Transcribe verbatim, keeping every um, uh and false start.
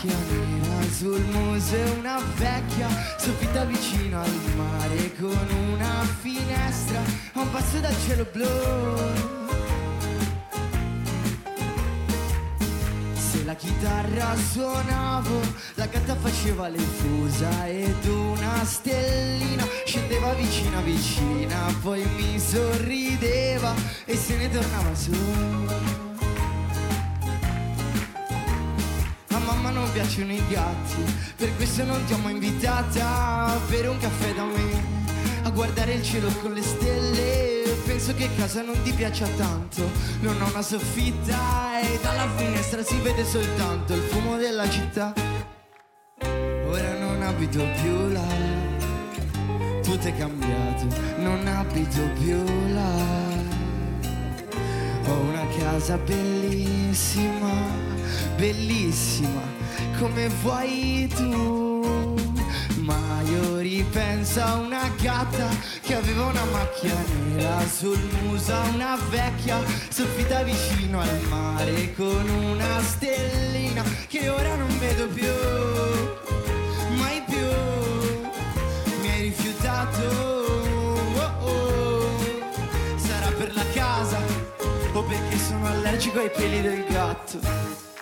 macchia nera sul muso e una vecchia soffitta vicino al mare con una finestra a un passo dal cielo blu. Se la chitarra suonavo, la gatta faceva le fusa ed una stellina scendeva vicina vicina, poi mi sorrideva e se ne tornava su. A mamma non piacciono i gatti, per questo non ti ho mai invitata a bere un caffè da me, a guardare il cielo con le stelle. Penso che casa non ti piaccia tanto, non ho una soffitta e dalla finestra si vede soltanto il fumo della città. Ora non abito più là, tutto è cambiato, non abito più là. Ho una casa bellissima, bellissima, come vuoi tu. Ma io ripenso a una gatta che aveva una macchia nera sul muso, a una vecchia soffitta vicino al mare con una stellina che ora non vedo più, mai più. Mi hai rifiutato, oh oh. Sarà per la casa o perché sono allergico ai peli del gatto.